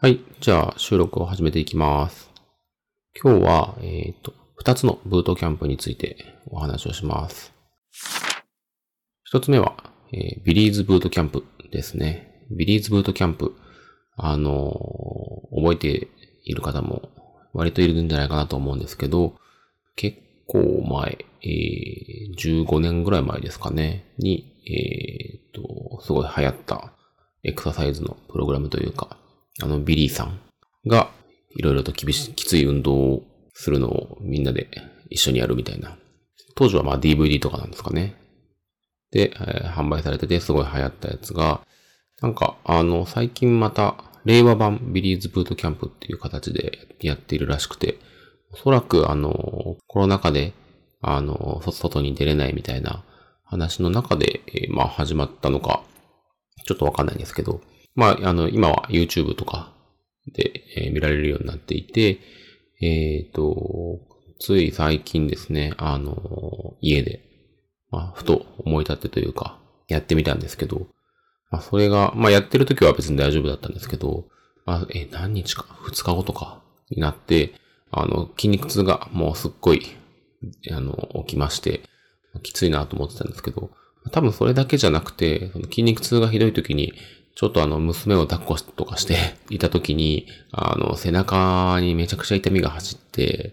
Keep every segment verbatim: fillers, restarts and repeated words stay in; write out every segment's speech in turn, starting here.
はい。じゃあ、収録を始めていきます。今日は、えっと、二つのブートキャンプについてお話をします。一つ目は、えー、ビリーズブートキャンプですね。ビリーズブートキャンプ。あのー、覚えている方も割といるんじゃないかなと思うんですけど、結構前、えー、じゅうごねんぐらい前ですかね、に、えっと、すごい流行ったエクササイズのプログラムというか、あの、ビリーさんが、いろいろと厳しい、きつい運動をするのをみんなで一緒にやるみたいな。当時はまあ ディーブイディー とかなんですかね。で、えー、販売されててすごい流行ったやつが、なんか、あの、最近また、令和版ビリーズブートキャンプっていう形でやっているらしくて、おそらくあの、コロナ禍で、あの、外に出れないみたいな話の中で、えー、まあ始まったのか、ちょっとわかんないんですけど、まあ、あの、今は YouTube とかで、えー、見られるようになっていて、えっと、つい最近ですね、あの、家で、まあ、ふと思い立ってというか、やってみたんですけど、まあ、それが、まあ、やってる時は別に大丈夫だったんですけど、まあ、え、何日か、二日後とかになって、あの、筋肉痛がもうすっごい、あの、起きまして、きついなと思ってたんですけど、多分それだけじゃなくて、その筋肉痛がひどい時に、ちょっとあの、娘を抱っことかしていた時に、あの、背中にめちゃくちゃ痛みが走って、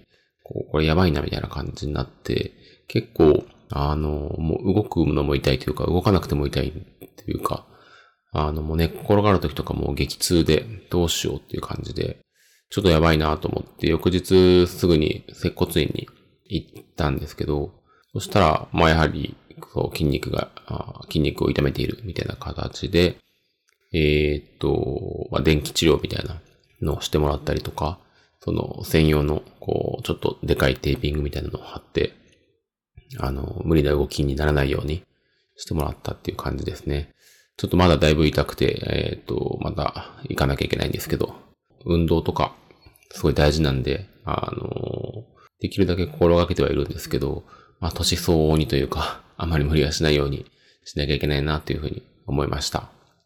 こう、これやばいなみたいな感じになって、結構、あの、もう動くのも痛いというか、動かなくても痛いっていうか、あの、もう寝っ転がる時とかも激痛でどうしようっていう感じで、ちょっとやばいなと思って、翌日すぐに接骨院に行ったんですけど、そしたら、まあやはり、そう筋肉が、筋肉を痛めているみたいな形で、えー、っと、まあ、電気治療みたいなのをしてもらったりとか、その専用の、こう、ちょっとでかいテーピングみたいなのを貼って、あの、無理な動きにならないようにしてもらったっていう感じですね。ちょっとまだだいぶ痛くて、えー、っと、また行かなきゃいけないんですけど、運動とか、すごい大事なんで、あの、できるだけ心がけてはいるんですけど、まあ、年相応にというか、あまり無理はしないようにしなきゃいけないなというふうに思いました。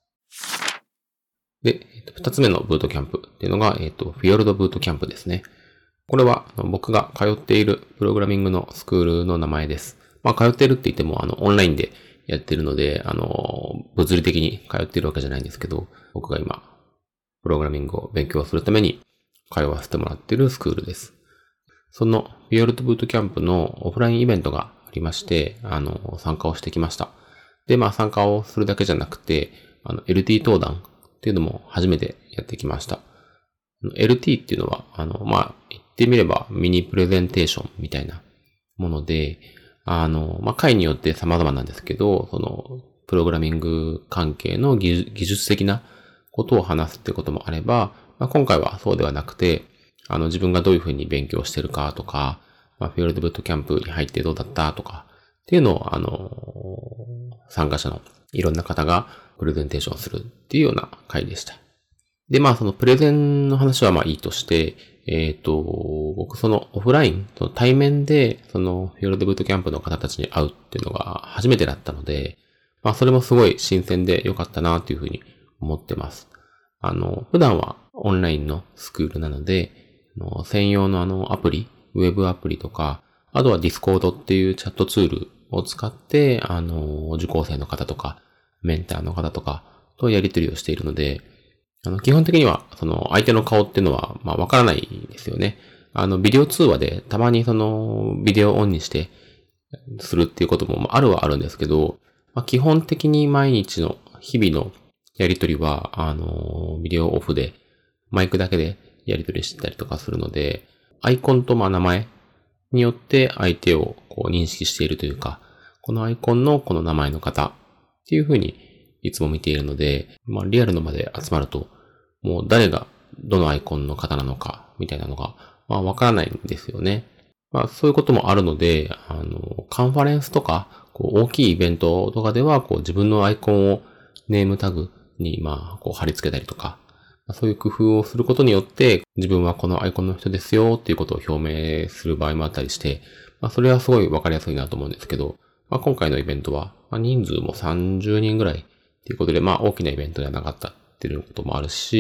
で、二つ目のブートキャンプっていうのが、えっと、フィヨルドブートキャンプですね。これは僕が通っているプログラミングのスクールの名前です。まあ、通っているって言っても、あの、オンラインでやってるので、あの、物理的に通っているわけじゃないんですけど、僕が今、プログラミングを勉強するために通わせてもらっているスクールです。そのフィヨルドブートキャンプのオフラインイベントがありまして、あの、参加をしてきました。で、まあ参加をするだけじゃなくて、あの、エルティー 登壇っていうのも初めてやってきました。エルティー っていうのは、あの、まあ、言ってみればミニプレゼンテーションみたいなもので、あの、まあ、回によって様々なんですけど、その、プログラミング関係の技術的なことを話すってこともあれば、まあ、今回はそうではなくて、あの、自分がどういうふうに勉強してるかとか、まあ、フィールドブートキャンプに入ってどうだったとか、っていうのを、あの、参加者のいろんな方がプレゼンテーションするっていうような回でした。で、まあ、そのプレゼンの話はまあいいとして、えっと、僕そのオフライン、その対面で、そのフィールドブートキャンプの方たちに会うっていうのが初めてだったので、まあ、それもすごい新鮮で良かったなというふうに思ってます。あの、普段はオンラインのスクールなので、の専用のあのアプリ、ウェブアプリとか、あとは Discord っていうチャットツールを使って、あの、受講生の方とか、メンターの方とかとやり取りをしているので、あの、基本的には、その、相手の顔っていうのは、まあ、わからないですよね。あの、ビデオ通話で、たまにその、ビデオをオンにして、するっていうこともあるはあるんですけど、まあ、基本的に毎日の、日々のやり取りは、あの、ビデオオフで、マイクだけでやり取りしてたりとかするので、アイコンとまあ名前によって相手をこう認識しているというか、このアイコンのこの名前の方っていう風にいつも見ているので、まあリアルの場で集まると、もう誰がどのアイコンの方なのかみたいなのが、まあわからないんですよね。まあそういうこともあるので、あの、カンファレンスとか、こう大きいイベントとかでは、こう自分のアイコンをネームタグにまあこう貼り付けたりとか、そういう工夫をすることによって、自分はこのアイコンの人ですよっていうことを表明する場合もあったりして、まあ、それはすごいわかりやすいなと思うんですけど、まあ、今回のイベントは、まあ、人数もさんじゅうにんぐらいっていうことで、まあ大きなイベントではなかったっていうこともあるし、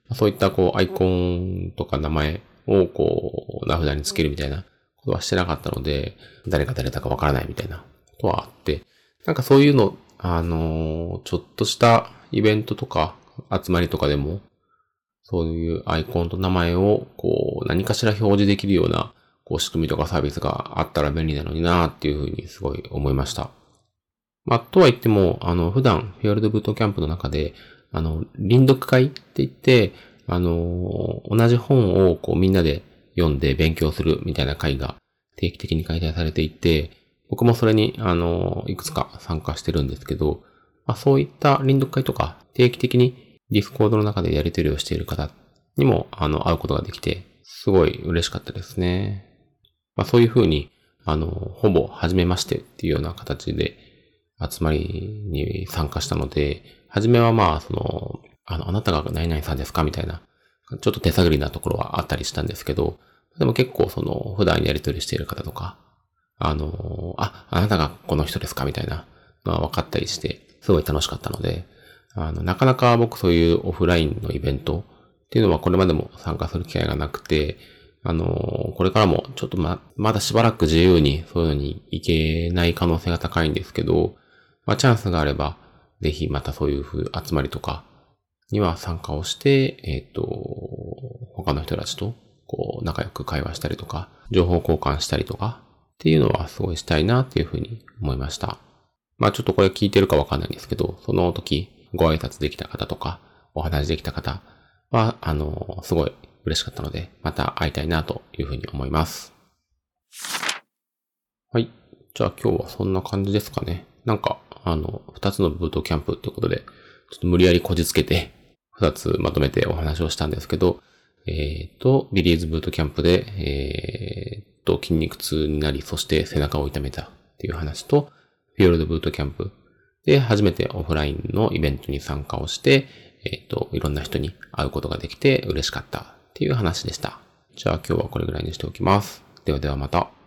そういったこうアイコンとか名前をこう名札につけるみたいなことはしてなかったので、誰が誰だかわからないみたいなことはあって、なんかそういうの、あのー、ちょっとしたイベントとか集まりとかでも、そういうアイコンと名前をこう何かしら表示できるようなこう仕組みとかサービスがあったら便利なのになっていうふうにすごい思いました。まあ、とは言っても、あの、普段フィールドブートキャンプの中で、あの、臨読会って言って、あの、同じ本をこうみんなで読んで勉強するみたいな会が定期的に開催されていて、僕もそれに、あの、いくつか参加してるんですけど、まあ、そういった臨読会とか定期的にディスコードの中でやり取りをしている方にも、あの、会うことができて、すごい嬉しかったですね。まあ、そういうふうに、あの、ほぼ初めましてっていうような形で集まりに参加したので、初めはまあ、その、あの、あなたが何々さんですかみたいな、ちょっと手探りなところはあったりしたんですけど、でも結構その、普段やり取りしている方とか、あの、あ、あなたがこの人ですかみたいなのは分かったりして、すごい楽しかったので、あの、なかなか僕そういうオフラインのイベントっていうのはこれまでも参加する機会がなくて、あの、これからもちょっとま、まだしばらく自由にそういうのに行けない可能性が高いんですけど、まあチャンスがあれば、ぜひまたそういう風集まりとかには参加をして、えっと、他の人たちとこう仲良く会話したりとか、情報交換したりとかっていうのはすごいしたいなっていう風に思いました。まあちょっとこれ聞いてるかわかんないんですけど、その時ご挨拶できた方とか、お話できた方は、あの、すごい嬉しかったので、また会いたいなという風に思います。はい。じゃあ今日はそんな感じですかね。なんか、あの、二つのブートキャンプってことで、ちょっと無理やりこじつけて、二つまとめてお話をしたんですけど、えっと、ビリーズブートキャンプで、えっと、筋肉痛になり、そして背中を痛めたっていう話と、フィールドブートキャンプで初めてオフラインのイベントに参加をして、えっと、いろんな人に会うことができて嬉しかったっていう話でした。じゃあ今日はこれぐらいにしておきます。ではではまた。